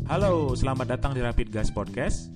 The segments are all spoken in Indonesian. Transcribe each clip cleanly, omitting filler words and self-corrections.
Halo, selamat datang di Rapid Gas Podcast.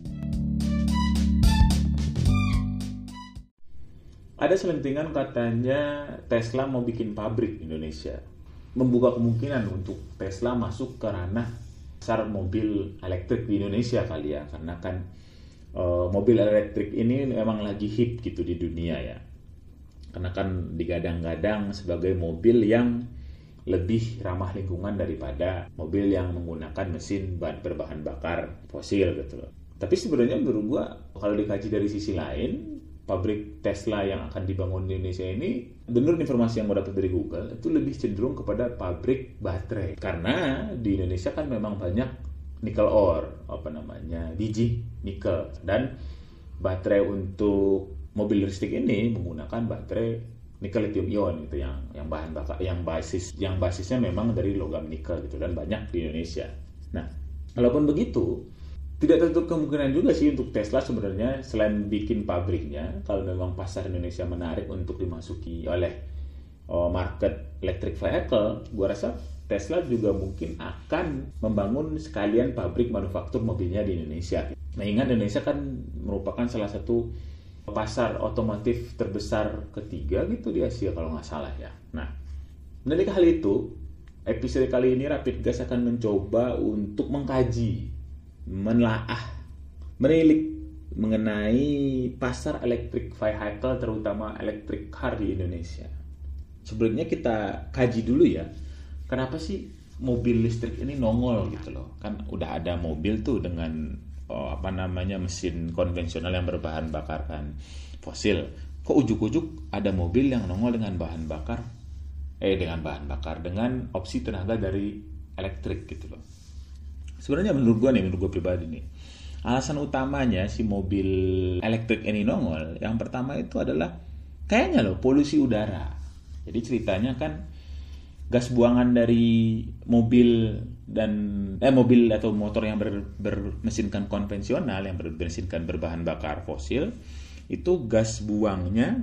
Ada selentingan katanya Tesla mau bikin pabrik di Indonesia. Membuka kemungkinan untuk Tesla masuk ke ranah pasar mobil elektrik di Indonesia kali ya. Karena kan mobil elektrik ini memang lagi hit gitu di dunia ya. Karena kan digadang-gadang sebagai mobil yang lebih ramah lingkungan daripada mobil yang menggunakan mesin berbahan bakar fosil gitu loh. Tapi sebenarnya menurut gua kalau dikaji dari sisi lain, pabrik Tesla yang akan dibangun di Indonesia ini, menurut informasi yang gua dapat dari Google, itu lebih cenderung kepada pabrik baterai. Karena di Indonesia kan memang banyak nikel ore, biji nikel, dan baterai untuk mobil listrik ini menggunakan baterai nikel lithium ion gitu yang bahan bakar yang basisnya memang dari logam nikel gitu dan banyak di Indonesia. Nah, walaupun begitu, tidak tertutup kemungkinan juga sih untuk Tesla sebenarnya selain bikin pabriknya, kalau memang pasar Indonesia menarik untuk dimasuki oleh market electric vehicle, gua rasa Tesla juga mungkin akan membangun sekalian pabrik manufaktur mobilnya di Indonesia. Nah, ingat Indonesia kan merupakan salah satu pasar otomotif terbesar ketiga gitu di Asia kalau nggak salah ya. Nah, dari hal itu, episode kali ini Rapid Gas akan mencoba untuk mengkaji, menelaah, menilik mengenai pasar electric vehicle, terutama electric car di Indonesia. Sebelumnya kita kaji dulu ya, kenapa sih mobil listrik ini nongol gitu loh. Kan udah ada mobil tuh dengan mesin konvensional yang berbahan bakarkan fosil. Kok ujuk-ujuk ada mobil yang nongol dengan dengan opsi tenaga dari elektrik gitu loh. Sebenarnya menurut gue pribadi nih, alasan utamanya si mobil elektrik ini nongol, yang pertama itu adalah kayaknya polusi udara. Jadi ceritanya kan gas buangan dari mobil atau motor yang bermesinkan konvensional, yang bermesinkan berbahan bakar fosil, itu gas buangnya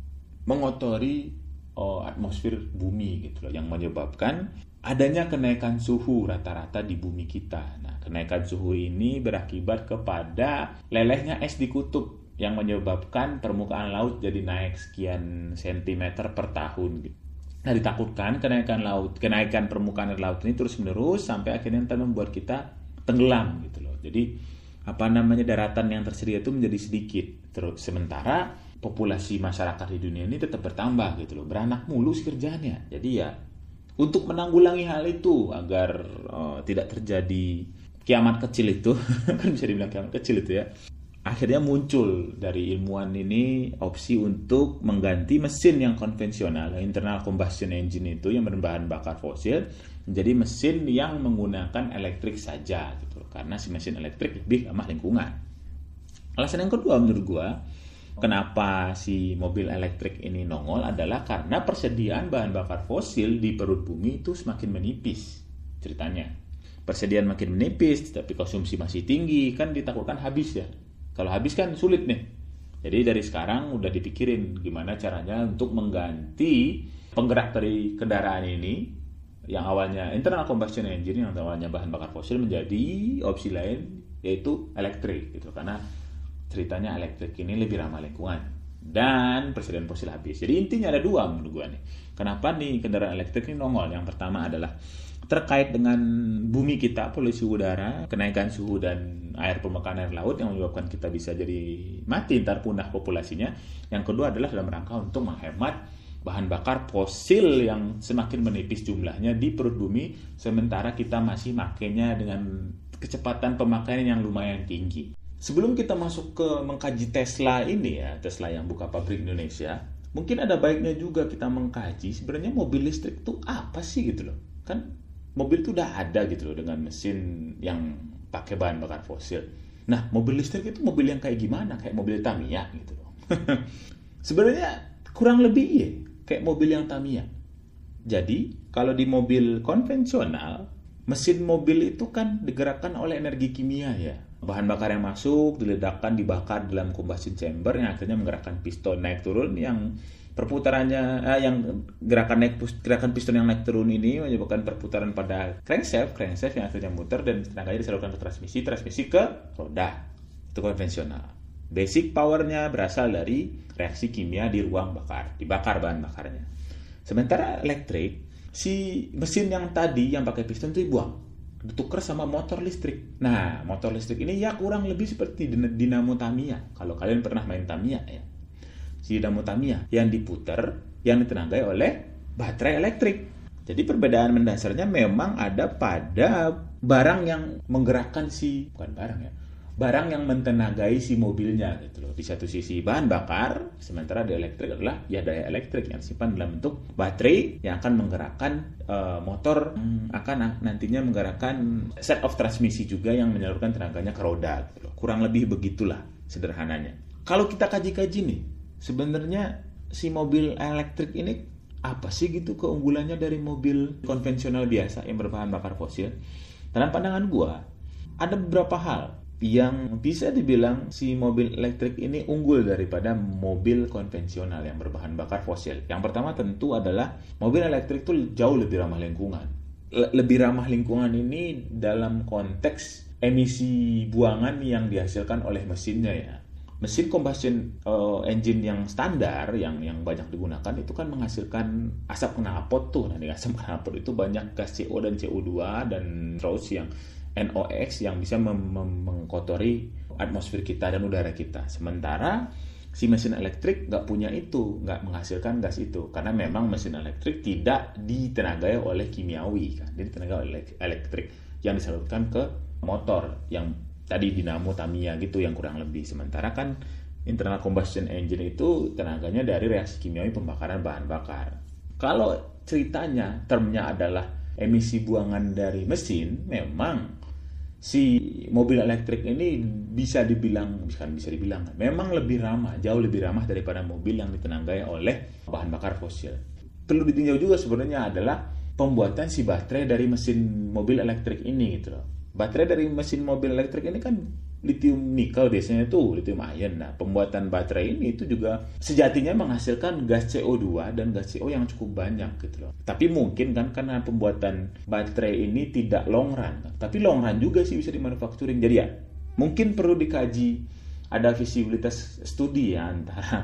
mengotori atmosfer bumi gitu loh, yang menyebabkan adanya kenaikan suhu rata-rata di bumi kita. Nah, kenaikan suhu ini berakibat kepada lelehnya es di kutub yang menyebabkan permukaan laut jadi naik sekian sentimeter per tahun gitu. Nah, ditakutkan kenaikan permukaan air laut ini terus-menerus sampai akhirnya membuat kita tenggelam gitu loh. Jadi daratan yang tersedia itu menjadi sedikit. Terus sementara populasi masyarakat di dunia ini tetap bertambah gitu loh. Beranak mulu sih kerjaannya. Jadi ya untuk menanggulangi hal itu agar tidak terjadi kiamat kecil itu, kan bisa dibilang kiamat kecil itu ya. Akhirnya muncul dari ilmuwan ini opsi untuk mengganti mesin yang konvensional, internal combustion engine itu yang berbahan bakar fosil, menjadi mesin yang menggunakan elektrik saja gitu. Karena si mesin elektrik lebih ramah lingkungan. Alasan yang kedua menurut gua, kenapa si mobil elektrik ini nongol adalah karena persediaan bahan bakar fosil di perut bumi itu semakin menipis. Ceritanya, persediaan makin menipis, tapi konsumsi masih tinggi, kan ditakutkan habis ya. Kalau habis kan sulit nih. Jadi dari sekarang udah dipikirin gimana caranya untuk mengganti penggerak dari kendaraan ini yang awalnya internal combustion engine, yang awalnya bahan bakar fosil, menjadi opsi lain yaitu elektrik gitu. Karena ceritanya elektrik ini lebih ramah lingkungan dan persediaan fosil habis. Jadi intinya ada dua menurut gue nih. Kenapa nih kendaraan elektrik ini nongol? Yang pertama adalah terkait dengan bumi kita, polusi udara, kenaikan suhu dan permukaan air laut yang menyebabkan kita bisa jadi mati, ntar punah populasinya. Yang kedua adalah dalam rangka untuk menghemat bahan bakar fosil yang semakin menipis jumlahnya di perut bumi, sementara kita masih makainya dengan kecepatan pemakaian yang lumayan tinggi. Sebelum kita masuk ke mengkaji Tesla ini ya, Tesla yang buka pabrik di Indonesia, mungkin ada baiknya juga kita mengkaji sebenarnya mobil listrik itu apa sih gitu loh. Kan mobil itu udah ada gitu loh dengan mesin yang pakai bahan bakar fosil. Nah, mobil listrik itu mobil yang kayak gimana? Kayak mobil Tamiya gitu loh. Sebenarnya kurang lebih kayak mobil yang Tamiya. Jadi, kalau di mobil konvensional, mesin mobil itu kan digerakkan oleh energi kimia ya. Bahan bakar yang masuk, diledakkan, dibakar dalam combustion chamber yang akhirnya menggerakkan piston naik turun yang perputarannya yang gerakan piston yang naik turun ini menyebabkan perputaran pada crankshaft yang akhirnya muter dan tenaganya disalurkan ke transmisi ke roda. Itu konvensional. Basic powernya berasal dari reaksi kimia di ruang bakar, dibakar bahan bakarnya. Sementara elektrik, si mesin yang tadi yang pakai piston itu dibuang, ditukar sama motor listrik. Nah, motor listrik ini ya kurang lebih seperti dinamo Tamiya. Kalau kalian pernah main Tamiya ya. Si dinamo Tamiya yang diputar, yang ditenagai oleh baterai elektrik. Jadi perbedaan mendasarnya memang ada pada barang yang menggerakkan barang yang mentenagai si mobilnya gitu loh. Di satu sisi bahan bakar, sementara di elektrik adalah ya daya elektrik yang disimpan dalam bentuk baterai yang akan menggerakkan motor, akan nantinya menggerakkan set of transmisi juga yang menyalurkan tenaganya ke roda gitu loh. Kurang lebih begitulah sederhananya. Kalau kita kaji-kaji nih, sebenarnya si mobil elektrik ini apa sih gitu keunggulannya dari mobil konvensional biasa yang berbahan bakar fosil? Dalam pandangan gua, ada beberapa hal yang bisa dibilang si mobil elektrik ini unggul daripada mobil konvensional yang berbahan bakar fosil. Yang pertama tentu adalah mobil elektrik itu jauh lebih ramah lingkungan. Lebih ramah lingkungan ini dalam konteks emisi buangan yang dihasilkan oleh mesinnya ya. Mesin combustion engine yang standar yang banyak digunakan itu kan menghasilkan asap knalpot tuh. Nah, di asap knalpot itu banyak gas CO dan CO2 dan terus yang NOx yang bisa mengkotori atmosfer kita dan udara kita. Sementara si mesin elektrik nggak punya itu, nggak menghasilkan gas itu, karena memang mesin elektrik tidak ditenagai oleh kimiawi, kan? Dia ditenagai oleh elektrik yang disalurkan ke motor yang tadi dinamo Tamiya gitu yang kurang lebih. Sementara kan internal combustion engine itu tenaganya dari reaksi kimiawi pembakaran bahan bakar. Kalau ceritanya termnya adalah emisi buangan dari mesin, memang si mobil elektrik ini bisa dibilang memang lebih ramah, jauh lebih ramah daripada mobil yang ditenagai oleh bahan bakar fosil. Perlu ditinjau juga sebenarnya adalah pembuatan si baterai dari mesin mobil elektrik ini gitu loh. Baterai dari mesin mobil elektrik ini kan lithium nikel biasanya tuh, lithium ion. Nah, pembuatan baterai ini itu juga sejatinya menghasilkan gas CO2 dan gas CO yang cukup banyak gitu loh. Tapi mungkin kan karena pembuatan baterai ini tidak long run, tapi long run juga sih bisa dimanufacturing. Jadi ya, mungkin perlu dikaji, ada visibilitas studi ya antara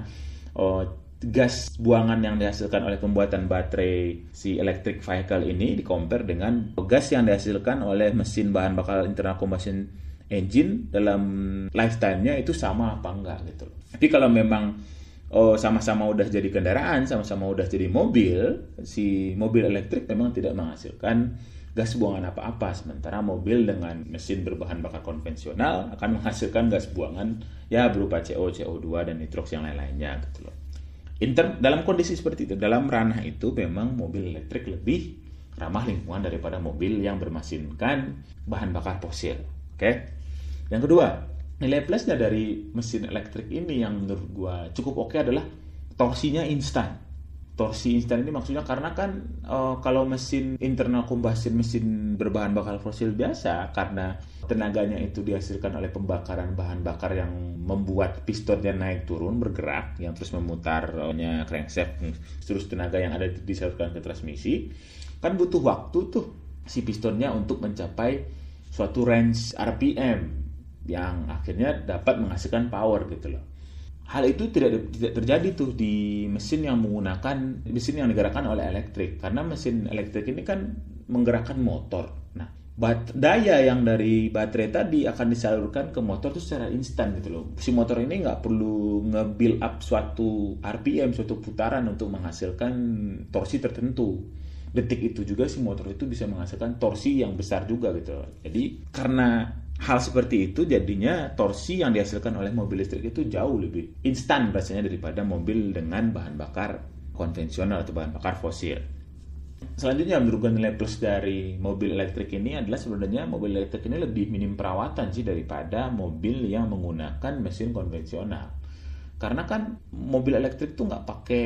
gas buangan yang dihasilkan oleh pembuatan baterai si electric vehicle ini di-compare dengan gas yang dihasilkan oleh mesin bahan bakar internal combustion engine dalam lifetime-nya itu sama apa enggak gitu. Tapi kalau memang sama-sama udah jadi kendaraan, sama-sama udah jadi mobil, si mobil elektrik memang tidak menghasilkan gas buangan apa-apa, sementara mobil dengan mesin berbahan bakar konvensional akan menghasilkan gas buangan ya berupa CO, CO2 dan nitrox yang lain-lainnya gitu loh. Dalam kondisi seperti itu, dalam ranah itu memang mobil elektrik lebih ramah lingkungan daripada mobil yang bermesinkan bahan bakar fosil. Oke. Yang kedua, nilai plusnya dari mesin elektrik ini yang menurut gua cukup oke adalah torsinya instan. Torsi instan ini maksudnya karena kan kalau mesin internal combustion, mesin berbahan bakar fosil biasa, karena tenaganya itu dihasilkan oleh pembakaran bahan bakar yang membuat pistonnya naik turun bergerak, yang terus memutarnya crankshaft, terus tenaga yang ada disalurkan ke transmisi, kan butuh waktu tuh si pistonnya untuk mencapai suatu range RPM yang akhirnya dapat menghasilkan power gitu loh. Hal itu tidak terjadi tuh di mesin yang digerakkan oleh elektrik, karena mesin elektrik ini kan menggerakkan motor. Nah, daya yang dari baterai tadi akan disalurkan ke motor itu secara instan gitu loh. Si motor ini nggak perlu nge-build up suatu RPM, suatu putaran untuk menghasilkan torsi tertentu. Detik itu juga si motor itu bisa menghasilkan torsi yang besar juga gitu loh. Jadi karena hal seperti itu jadinya torsi yang dihasilkan oleh mobil listrik itu jauh lebih instan rasanya daripada mobil dengan bahan bakar konvensional atau bahan bakar fosil. Selanjutnya menurut gue nilai plus dari mobil elektrik ini adalah sebenarnya mobil elektrik ini lebih minim perawatan sih daripada mobil yang menggunakan mesin konvensional. Karena kan mobil elektrik tuh nggak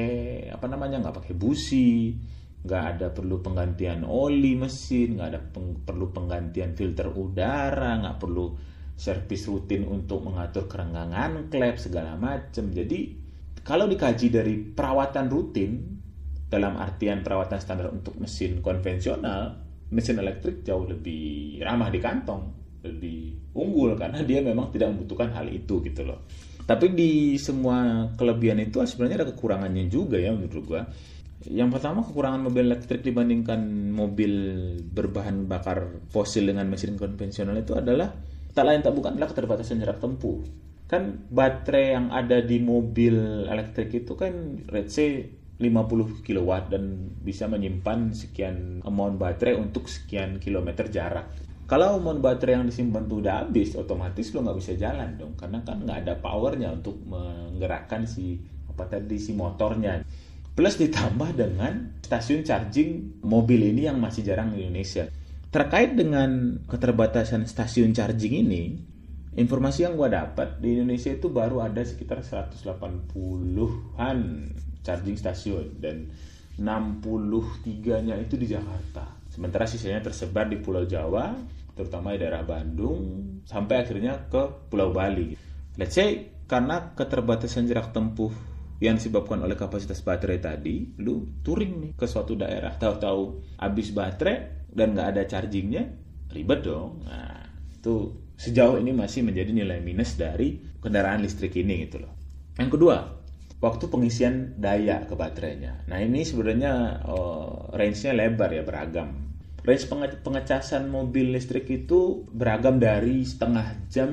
pakai busi, nggak ada perlu penggantian oli mesin, nggak ada perlu penggantian filter udara, nggak perlu servis rutin untuk mengatur kerenggangan klep segala macam. Jadi kalau dikaji dari perawatan rutin, dalam artian perawatan standar untuk mesin konvensional, mesin elektrik jauh lebih ramah di kantong, lebih unggul karena dia memang tidak membutuhkan hal itu gitu loh. Tapi di semua kelebihan itu sebenarnya ada kekurangannya juga ya menurut gua. Yang pertama, kekurangan mobil elektrik dibandingkan mobil berbahan bakar fosil dengan mesin konvensional itu adalah tak lain tak bukan adalah keterbatasan jarak tempuh. Kan baterai yang ada di mobil elektrik itu kan let's say 50 kW dan bisa menyimpan sekian amount baterai untuk sekian kilometer jarak. Kalau amount baterai yang disimpan itu udah habis, otomatis lo nggak bisa jalan dong, karena kan nggak ada powernya untuk menggerakkan si motornya. Plus ditambah dengan stasiun charging mobil ini yang masih jarang di Indonesia. Terkait dengan keterbatasan stasiun charging ini, informasi yang gue dapat di Indonesia itu baru ada sekitar 180-an charging stasiun dan 63-nya itu di Jakarta. Sementara sisanya tersebar di Pulau Jawa, terutama di daerah Bandung, sampai akhirnya ke Pulau Bali. Let's say karena keterbatasan jarak tempuh yang disebabkan oleh kapasitas baterai tadi, lu touring nih ke suatu daerah, tahu-tahu habis baterai dan nggak ada chargingnya, ribet dong. Nah, itu sejauh ini masih menjadi nilai minus dari kendaraan listrik ini gitu loh. Yang kedua, waktu pengisian daya ke baterainya. Nah ini sebenarnya range-nya lebar ya, beragam. Range pengecasan mobil listrik itu beragam dari setengah jam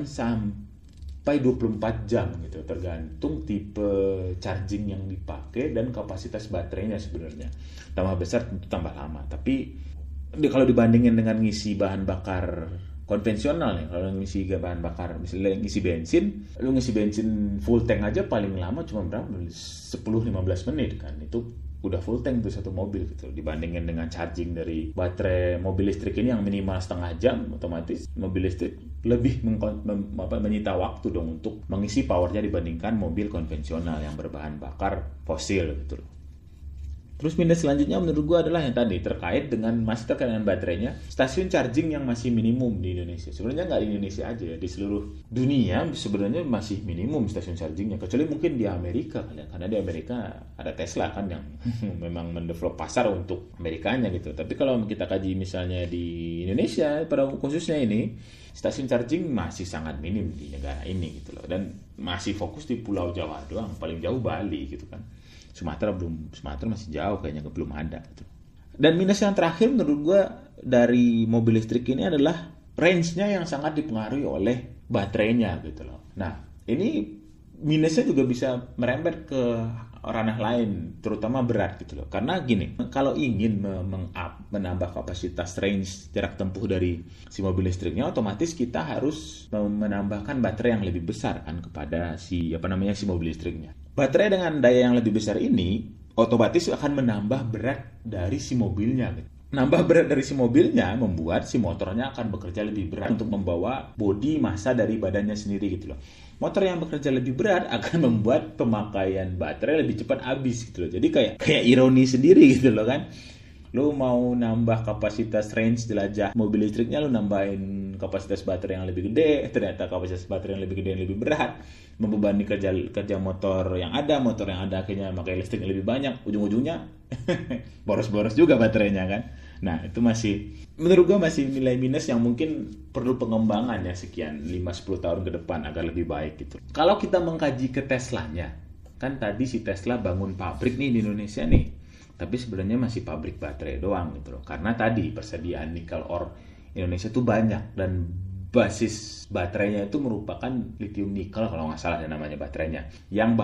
sampai 24 jam gitu, tergantung tipe charging yang dipakai dan kapasitas baterainya sebenarnya. Tambah besar tentu tambah lama, tapi kalau dibandingin dengan ngisi bahan bakar konvensional nih, kalau ngisi bahan bakar misalnya ngisi bensin, lu ngisi bensin full tank aja paling lama cuma berapa? 10-15 menit kan. Itu udah full tank tuh satu mobil gitu. Dibandingin dengan charging dari baterai mobil listrik ini yang minimal setengah jam, otomatis mobil listrik lebih menyita waktu dong untuk mengisi powernya dibandingkan mobil konvensional yang berbahan bakar fosil gitu loh. Terus minus selanjutnya menurut gue adalah yang tadi terkait dengan baterainya, stasiun charging yang masih minimum di Indonesia. Sebenarnya nggak di Indonesia aja ya, di seluruh dunia sebenarnya masih minimum stasiun chargingnya. Kecuali mungkin di Amerika karena di Amerika ada Tesla kan yang memang mendevelop pasar untuk Amerikanya gitu. Tapi kalau kita kaji misalnya di Indonesia pada khususnya ini, stasiun charging masih sangat minim di negara ini gitu loh. Dan masih fokus di Pulau Jawa doang, paling jauh Bali gitu kan. Sumatera masih jauh kayaknya, belum ada gitu. Dan minus yang terakhir menurut gue dari mobil listrik ini adalah range-nya yang sangat dipengaruhi oleh baterainya gitu loh. Nah ini minusnya juga bisa merembet ke ranah lain, terutama berat gitu loh. Karena gini, kalau ingin menambah kapasitas range jarak tempuh dari si mobil listriknya, otomatis kita harus menambahkan baterai yang lebih besar kan kepada si mobil listriknya. Baterai dengan daya yang lebih besar ini otomatis akan menambah berat dari si mobilnya. Nambah berat dari si mobilnya membuat si motornya akan bekerja lebih berat untuk membawa bodi massa dari badannya sendiri gitu loh. Motor yang bekerja lebih berat akan membuat pemakaian baterai lebih cepat habis gitu loh. Jadi kayak ironi sendiri gitu loh kan. Lu mau nambah kapasitas range jelajah mobil listriknya, lu nambahin kapasitas baterai yang lebih gede, ternyata kapasitas baterai yang lebih gede yang lebih berat, membebani kerja motor yang ada akhirnya pakai listrik yang lebih banyak, ujung-ujungnya boros-boros juga baterainya kan. Nah itu menurut gue masih nilai minus yang mungkin perlu pengembangan ya sekian 5-10 tahun ke depan agar lebih baik gitu. Kalau kita mengkaji ke Teslanya, kan tadi si Tesla bangun pabrik nih di Indonesia nih, tapi sebenarnya masih pabrik baterai doang gitu loh. Karena tadi persediaan nikel ore Indonesia tuh banyak dan basis baterainya itu merupakan lithium nikel kalau nggak salah namanya baterainya. Yang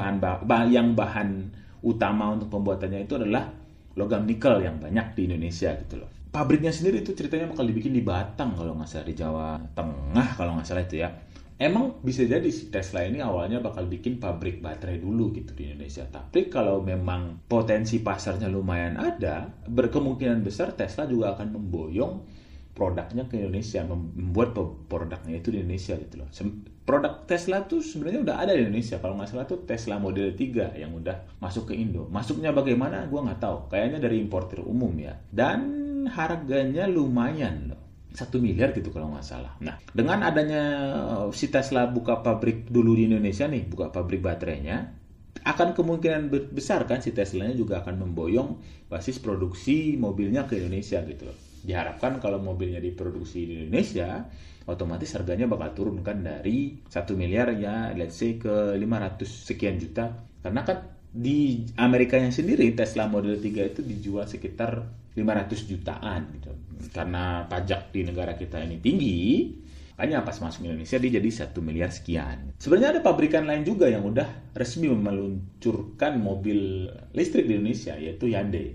bahan utama untuk pembuatannya itu adalah logam nikel yang banyak di Indonesia gitu loh. Pabriknya sendiri itu ceritanya bakal dibikin di Batang kalau nggak salah, di Jawa Tengah kalau nggak salah itu ya. Emang bisa jadi si Tesla ini awalnya bakal bikin pabrik baterai dulu gitu di Indonesia. Tapi kalau memang potensi pasarnya lumayan ada, berkemungkinan besar Tesla juga akan memboyong produknya ke Indonesia, membuat produknya itu di Indonesia gitu loh. Produk Tesla tuh sebenarnya udah ada di Indonesia. Kalau nggak salah tuh Tesla Model 3 yang udah masuk ke Indo. Masuknya bagaimana? Gua nggak tahu. Kayaknya dari importir umum ya. Dan harganya lumayan loh. 1 miliar gitu kalau nggak salah. Nah, dengan adanya si Tesla buka pabrik dulu di Indonesia nih, buka pabrik baterainya, akan kemungkinan besar kan si Teslanya juga akan memboyong basis produksi mobilnya ke Indonesia gitu loh. Diharapkan kalau mobilnya diproduksi di Indonesia, otomatis harganya bakal turun kan dari 1 miliar ya let's say ke 500 sekian juta. Karena kan di Amerikanya sendiri Tesla Model 3 itu dijual sekitar 500 jutaan gitu. Karena pajak di negara kita ini tinggi, makanya pas masuk Indonesia dia jadi 1 miliar sekian. Sebenarnya ada pabrikan lain juga yang udah resmi meluncurkan mobil listrik di Indonesia, yaitu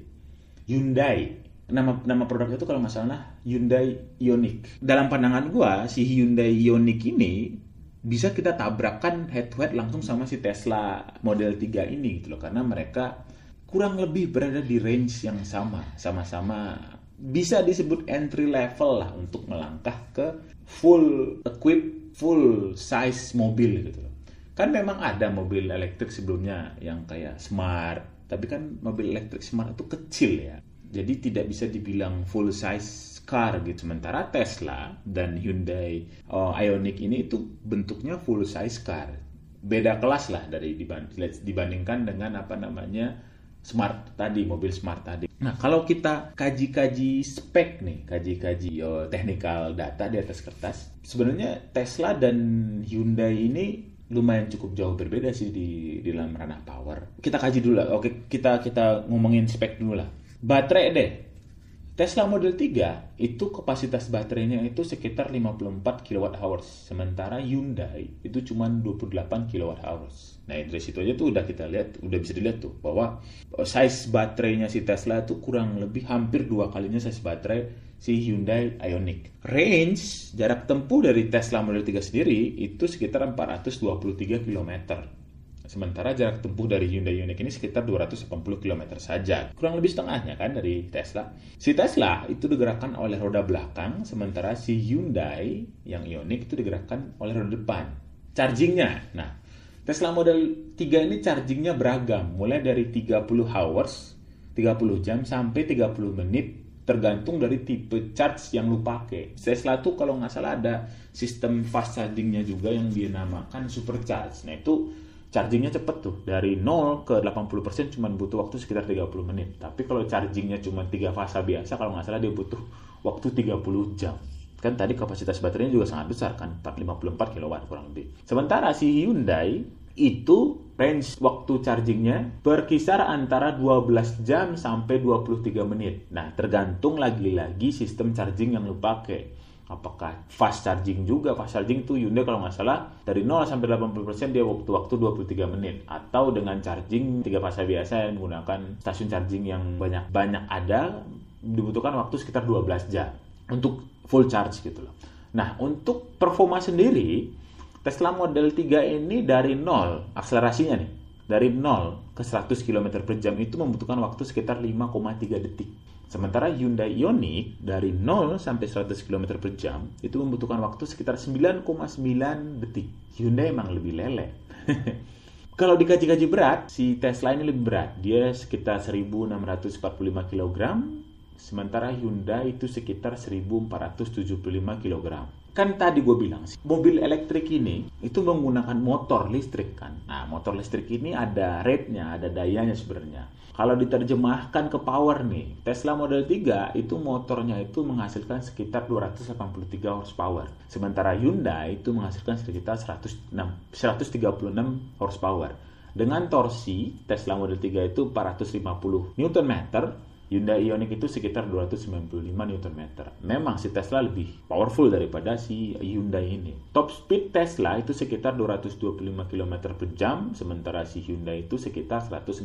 Hyundai. Nama produknya itu kalau nggak salah Hyundai Ioniq. Dalam pandangan gua, si Hyundai Ioniq ini bisa kita tabrakan head to head langsung sama si Tesla Model 3 ini gitu loh. Karena mereka kurang lebih berada di range yang sama-sama bisa disebut entry level lah untuk melangkah ke full equip, full size mobil gitu loh. Kan memang ada mobil elektrik sebelumnya yang kayak Smart, tapi kan mobil elektrik Smart itu kecil ya. Jadi tidak bisa dibilang full size car gitu. Sementara Tesla dan Hyundai Ioniq ini itu bentuknya full size car. Beda kelas lah dibandingkan dengan Smart tadi, mobil Smart tadi. Nah, kalau kita kaji-kaji spek nih, kaji-kaji technical data di atas kertas, sebenarnya Tesla dan Hyundai ini lumayan cukup jauh berbeda sih di dalam ranah power. Kita kaji dulu lah. Oke, kita ngomongin spek dulu lah. Baterai deh. Tesla Model 3 itu kapasitas baterainya itu sekitar 54 kWh, sementara Hyundai itu cuma 28 kWh. Nah, dari situ aja tuh udah bisa dilihat tuh bahwa size baterainya si Tesla itu kurang lebih hampir 2 kalinya size baterai si Hyundai Ioniq. Range jarak tempuh dari Tesla Model 3 sendiri itu sekitar 423 km. Sementara jarak tempuh dari Hyundai Ioniq ini sekitar 280 km saja. Kurang lebih setengahnya kan dari Tesla. Si Tesla itu digerakkan oleh roda belakang, sementara si Hyundai yang Ioniq itu digerakkan oleh roda depan. Chargingnya, nah Tesla Model 3 ini chargingnya beragam, mulai dari 30 jam sampai 30 menit, tergantung dari tipe charge yang lu pakai. Tesla tuh kalau nggak salah ada sistem fast chargingnya juga yang dia namakan supercharge. Nah itu chargingnya cepet tuh, dari 0 ke 80% cuma butuh waktu sekitar 30 menit. Tapi kalau chargingnya cuma 3 fasa biasa, kalau nggak salah dia butuh waktu 30 jam. Kan tadi kapasitas baterainya juga sangat besar kan, 454 kW kurang lebih. Sementara si Hyundai itu range waktu chargingnya berkisar antara 12 jam sampai 23 menit. Nah, tergantung lagi-lagi sistem charging yang lu pakai. Apakah fast charging juga? Fast charging tuh Hyundai kalau nggak salah dari 0 sampai 80% dia waktu 23 menit. Atau dengan charging 3 fasa biasa yang menggunakan stasiun charging yang banyak ada, dibutuhkan waktu sekitar 12 jam untuk full charge gitu loh. Nah, untuk performa sendiri, Tesla Model 3 ini dari 0, akselerasinya nih, dari 0 ke 100 km per jam itu membutuhkan waktu sekitar 5,3 detik. Sementara Hyundai Ioniq dari 0 sampai 100 km per jam itu membutuhkan waktu sekitar 9,9 detik. Hyundai emang lebih lele. Kalau dikaji-kaji berat, si Tesla ini lebih berat. Dia sekitar 1.645 kg, sementara Hyundai itu sekitar 1.475 kg. Kan tadi gue bilang, mobil elektrik ini itu menggunakan motor listrik kan. Nah, motor listrik ini ada rate-nya, ada dayanya sebenarnya. Kalau diterjemahkan ke power nih, Tesla Model 3 itu motornya itu menghasilkan sekitar 283 horsepower. Sementara Hyundai itu menghasilkan sekitar 136 horsepower. Dengan torsi, Tesla Model 3 itu 450 Nm, Hyundai Ioniq itu sekitar 295 Nm. Memang si Tesla lebih powerful daripada si Hyundai ini. Top speed Tesla itu sekitar 225 km per jam, sementara si Hyundai itu sekitar 165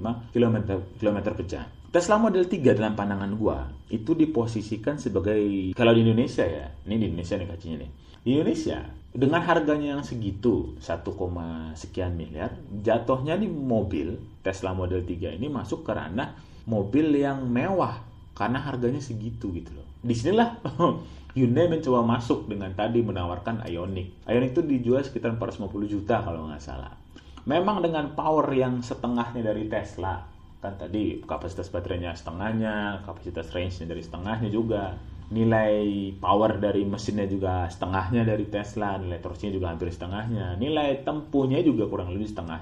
km per jam. Tesla Model 3 dalam pandangan gua itu diposisikan sebagai, kalau di Indonesia ya, ini di Indonesia nih kacinya nih. Di Indonesia, dengan harganya yang segitu, 1, sekian miliar, jatuhnya nih mobil Tesla Model 3 ini masuk ke ranah mobil yang mewah karena harganya segitu gitu loh. Disinilah Hyundai mencoba masuk dengan tadi menawarkan Ioniq. Ioniq itu dijual sekitar 450 juta kalau nggak salah. Memang dengan power yang setengahnya dari Tesla, kan tadi kapasitas baterainya setengahnya, kapasitas range-nya dari setengahnya juga. Nilai power dari mesinnya juga setengahnya dari Tesla, nilai torsinya juga hampir setengahnya, nilai tempuhnya juga kurang lebih setengah.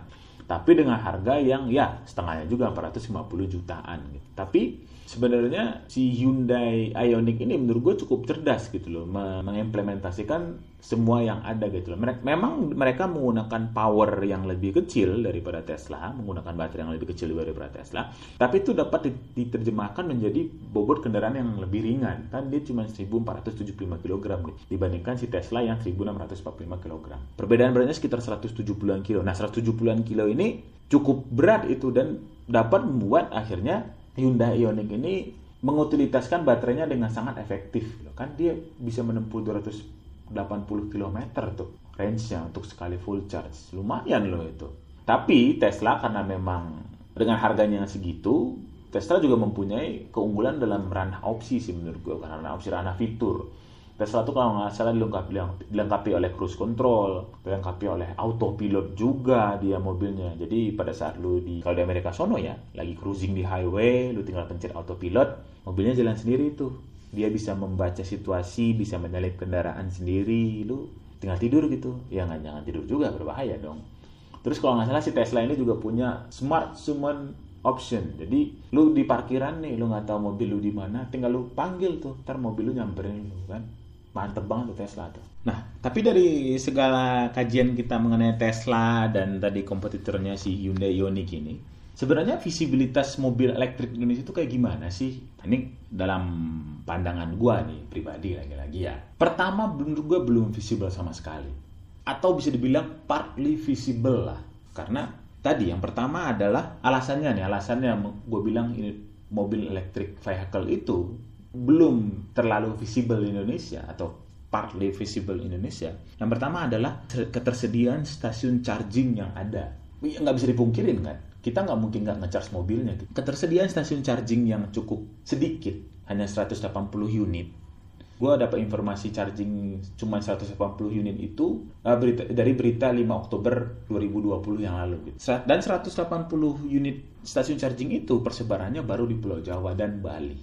Tapi dengan harga yang ya setengahnya juga 450 jutaan gitu. Tapi sebenarnya si Hyundai Ioniq ini menurut gue cukup cerdas gitu loh, mengimplementasikan semua yang ada gitu loh. Memang mereka menggunakan power yang lebih kecil daripada Tesla, menggunakan baterai yang lebih kecil daripada Tesla, tapi itu dapat diterjemahkan menjadi bobot kendaraan yang lebih ringan. Kan dia cuma 1475 kg dibandingkan si Tesla yang 1645 kg. Perbedaan beratnya sekitar 170-an kilo. Nah, 170-an kilo ini cukup berat itu dan dapat membuat akhirnya Hyundai Ioniq ini mengutilitaskan baterainya dengan sangat efektif. Kan dia bisa menempuh 280 km tuh range-nya untuk sekali full charge. Lumayan loh itu. Tapi Tesla karena memang dengan harganya yang segitu, Tesla juga mempunyai keunggulan dalam ranah opsi sih menurut gue, karena opsi ranah fitur. Tesla tuh kalau nggak salah dilengkapi oleh cruise control, dilengkapi oleh autopilot juga dia mobilnya. Jadi pada saat kalau di Amerika sono ya, lagi cruising di highway, lu tinggal pencet autopilot, mobilnya jalan sendiri tuh. Dia bisa membaca situasi, bisa menyalip kendaraan sendiri, lu tinggal tidur gitu. Ya nggak, jangan tidur juga, berbahaya dong. Terus kalau nggak salah si Tesla ini juga punya smart summon option. Jadi lu di parkiran nih, lu nggak tahu mobil lu di mana, tinggal lu panggil tuh, ntar mobil lu nyamperin lu kan. Mantep banget tuh Tesla tuh. Nah, tapi dari segala kajian kita mengenai Tesla dan tadi kompetitornya si Hyundai Ioniq ini, sebenarnya visibilitas mobil elektrik Indonesia itu kayak gimana sih? Ini dalam pandangan gua nih pribadi lagi-lagi ya. Pertama, menurut gua belum visible sama sekali. Atau bisa dibilang partly visible lah. Karena tadi yang pertama adalah alasannya gue bilang ini mobil electric vehicle itu belum terlalu visible di Indonesia atau partly visible di Indonesia. Yang pertama adalah ketersediaan stasiun charging yang ada. Nggak bisa dipungkirin kan, kita nggak mungkin nggak nge-charge mobilnya. Ketersediaan stasiun charging yang cukup sedikit, hanya 180 unit. Gue dapat informasi charging cuma 180 unit itu dari berita 5 Oktober 2020 yang lalu. Dan 180 unit stasiun charging itu persebarannya baru di Pulau Jawa dan Bali.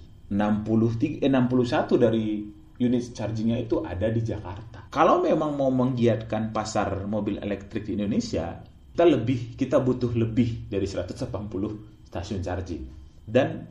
61 dari unit chargingnya itu ada di Jakarta. Kalau memang mau menggiatkan pasar mobil elektrik di Indonesia, kita butuh lebih dari 180 stasiun charging. Dan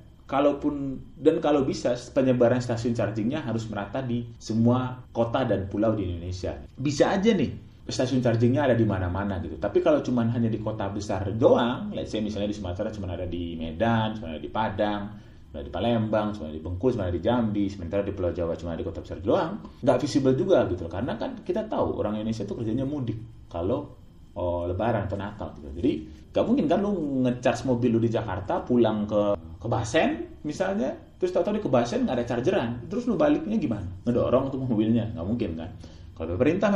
kalau bisa penyebaran stasiun chargingnya harus merata di semua kota dan pulau di Indonesia. Bisa aja nih stasiun chargingnya ada di mana-mana gitu. Tapi kalau cuma hanya di kota besar doang, let's say misalnya di Sumatera cuma ada di Medan, cuma ada di Padang, cuma ada di Palembang, cuma ada di Bengkulu, cuma ada di Jambi, sementara di Pulau Jawa cuma ada di kota besar doang, nggak visible juga gitu. Karena kan kita tahu orang Indonesia itu kerjanya mudik kalau Lebaran atau Natal gitu. Jadi nggak mungkin kan lu ngecharge mobil lu di Jakarta, pulang ke Basen misalnya, terus tahu-tahu di ke Basen nggak ada chargeran, terus lu baliknya gimana? Ngedorong tuh mobilnya, nggak mungkin kan? Kalau pemerintah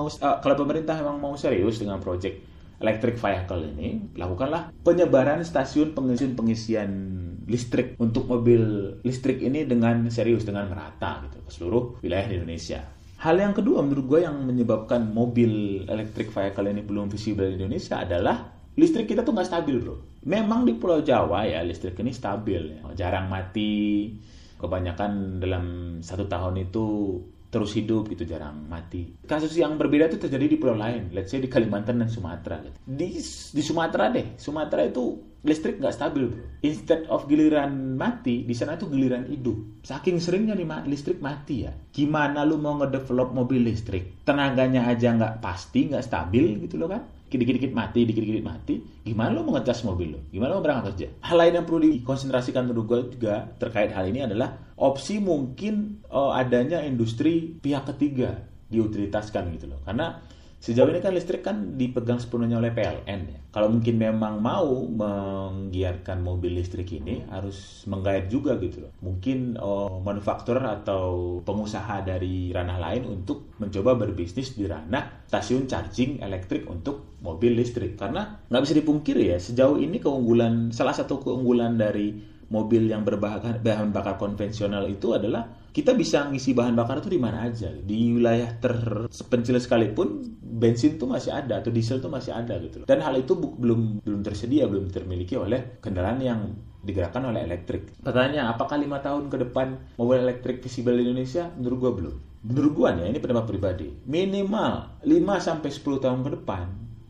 memang mau serius dengan project electric vehicle ini, lakukanlah penyebaran stasiun pengisian listrik untuk mobil listrik ini dengan serius, dengan merata gitu ke seluruh wilayah di Indonesia. Hal yang kedua menurut gue yang menyebabkan mobil electric vehicle ini belum visible di Indonesia adalah listrik kita tuh nggak stabil, bro. Memang di Pulau Jawa ya listrik ini stabil, ya. Jarang mati. Kebanyakan dalam 1 tahun itu terus hidup gitu, jarang mati. Kasus yang berbeda itu terjadi di pulau lain, let's say di Kalimantan dan Sumatera. Gitu. Di Sumatera itu listrik nggak stabil, bro. Instead of giliran mati, di sana itu giliran hidup. Saking seringnya listrik mati ya. Gimana lu mau ngedevelop mobil listrik? Tenaganya aja nggak pasti, nggak stabil gitu loh kan. Dikit-dikit mati. Gimana lo mau ngecas mobil lo? Gimana lo mau berangkat kerja? Hal lain yang perlu dikonsentrasikan menurut gue juga terkait hal ini adalah opsi mungkin adanya industri pihak ketiga diutilitaskan gitu loh. Karena sejauh ini kan listrik kan dipegang sepenuhnya oleh PLN ya. Kalau mungkin memang mau menggiatkan mobil listrik ini harus menggait juga gitu loh. Mungkin manufaktur atau pengusaha dari ranah lain untuk mencoba berbisnis di ranah stasiun charging elektrik untuk mobil listrik. Karena nggak bisa dipungkiri ya, sejauh ini salah satu keunggulan dari mobil yang berbahan bakar konvensional itu adalah kita bisa ngisi bahan bakar itu di mana aja. Di wilayah terpencil sekalipun bensin tuh masih ada atau diesel tuh masih ada gitu loh. Dan hal itu belum termiliki oleh kendaraan yang digerakkan oleh elektrik. Pertanyaannya, apakah 5 tahun ke depan mobil elektrik visible di Indonesia? Menurut gue belum. Menurut gue nih, ini pendapat pribadi, minimal 5-10 tahun ke depan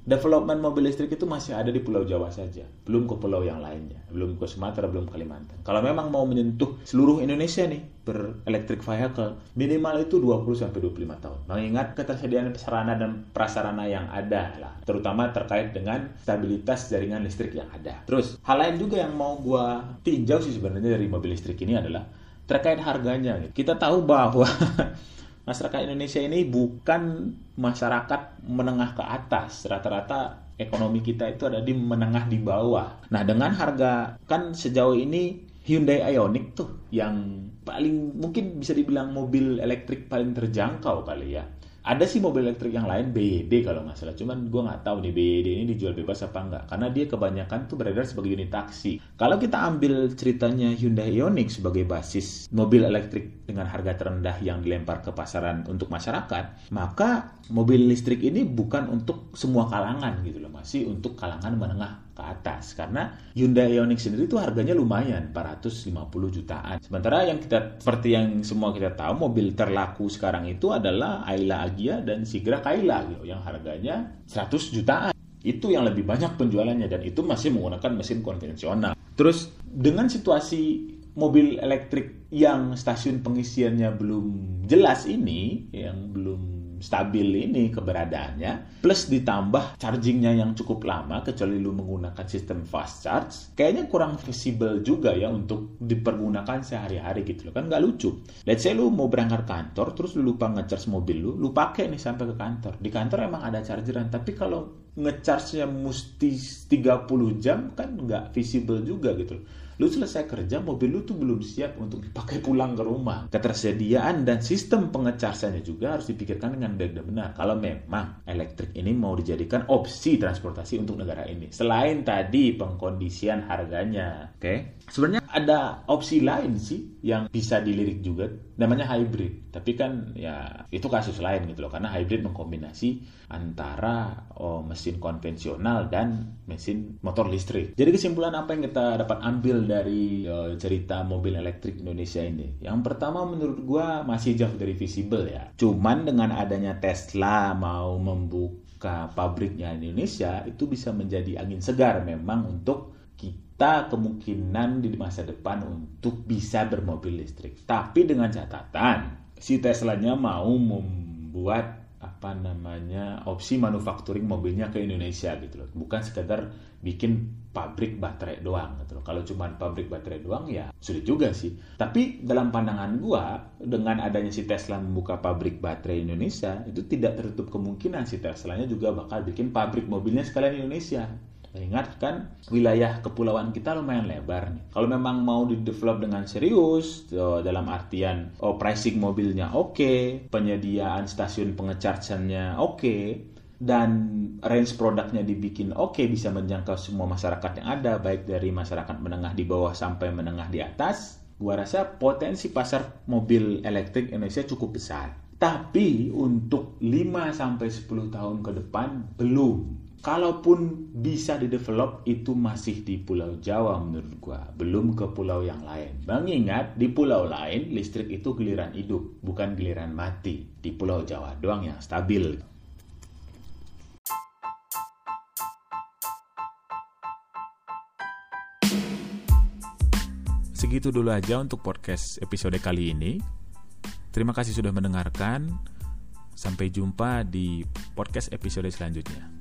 development mobil listrik itu masih ada di Pulau Jawa saja, belum ke pulau yang lainnya, belum ke Sumatera, belum ke Kalimantan. Kalau memang mau menyentuh seluruh Indonesia nih berelectric vehicle, minimal itu 20-25 tahun. Mengingat ketersediaan sarana dan prasarana yang ada lah, terutama terkait dengan stabilitas jaringan listrik yang ada. Terus, hal lain juga yang mau gua tinjau sih sebenarnya dari mobil listrik ini adalah terkait harganya. Kita tahu bahwa masyarakat Indonesia ini bukan masyarakat menengah ke atas. Rata-rata ekonomi kita itu ada di menengah di bawah. Nah, dengan harga, kan sejauh ini Hyundai Ioniq tuh yang paling mungkin bisa dibilang mobil elektrik paling terjangkau kali ya. Ada sih mobil elektrik yang lain, BYD kalau nggak salah. Cuman gue nggak tahu nih BYD ini dijual bebas apa nggak. Karena dia kebanyakan tuh beredar sebagai unit taksi. Kalau kita ambil ceritanya Hyundai Ioniq sebagai basis mobil elektrik dengan harga terendah yang dilempar ke pasaran untuk masyarakat, maka mobil listrik ini bukan untuk semua kalangan gitu loh. Masih untuk kalangan menengah ke atas. Karena Hyundai Ioniq sendiri tuh harganya lumayan, 450 jutaan. Sementara yang seperti yang semua kita tahu, mobil terlaku sekarang itu adalah Ayla Agya dan Sigra Kaila gitu, yang harganya 100 jutaan. Itu yang lebih banyak penjualannya, dan itu masih menggunakan mesin konvensional. Terus dengan situasi mobil elektrik yang stasiun pengisiannya belum jelas ini, yang belum stabil ini keberadaannya, plus ditambah chargingnya yang cukup lama, kecuali lu menggunakan sistem fast charge, kayaknya kurang visible juga ya untuk dipergunakan sehari-hari gitu loh, kan nggak lucu. Let's say lu mau berangkat kantor, terus lu lupa nge-charge mobil lu pakai nih sampai ke kantor. Di kantor emang ada chargeran, tapi kalau nge-charge-nya mesti 30 jam kan nggak visible juga gitu loh. Lu selesai kerja, mobil lu tuh belum siap untuk dipakai pulang ke rumah. Ketersediaan dan sistem pengechargeannya juga harus dipikirkan dengan baik dan benar. Kalau memang elektrik ini mau dijadikan opsi transportasi untuk negara ini. Selain tadi pengkondisian harganya. Oke. Sebenarnya ada opsi lain sih yang bisa dilirik juga. Namanya hybrid. Tapi kan ya itu kasus lain gitu loh. Karena hybrid mengkombinasi antara mesin konvensional dan mesin motor listrik. Jadi kesimpulan apa yang kita dapat ambil dari cerita mobil elektrik Indonesia ini? Yang pertama menurut gua masih jauh dari visible ya. Cuman dengan adanya Tesla mau membuka pabriknya di Indonesia, itu bisa menjadi angin segar memang untuk kita kemungkinan di masa depan untuk bisa bermobil listrik. Tapi dengan catatan si Teslanya mau membuat opsi manufacturing mobilnya ke Indonesia gitu loh. Bukan sekedar bikin pabrik baterai doang gitu loh. Kalau cuma pabrik baterai doang ya sulit juga sih. Tapi dalam pandangan gua, dengan adanya si Tesla membuka pabrik baterai Indonesia, itu tidak tertutup kemungkinan si Teslanya juga bakal bikin pabrik mobilnya sekalian di Indonesia. Ingat kan, wilayah kepulauan kita lumayan lebar nih. Kalau memang mau di-develop dengan serius, dalam artian pricing mobilnya oke, penyediaan stasiun pengechargeannya oke, dan range produknya dibikin oke, bisa menjangkau semua masyarakat yang ada, baik dari masyarakat menengah di bawah sampai menengah di atas, gua rasa potensi pasar mobil elektrik Indonesia cukup besar. Tapi untuk 5-10 tahun ke depan belum. Kalaupun bisa di-develop, itu masih di Pulau Jawa menurut gua, belum ke pulau yang lain. Mengingat di pulau lain listrik itu giliran hidup, bukan giliran mati. Di Pulau Jawa doang yang stabil. Segitu dulu aja untuk podcast episode kali ini. Terima kasih sudah mendengarkan. Sampai jumpa di podcast episode selanjutnya.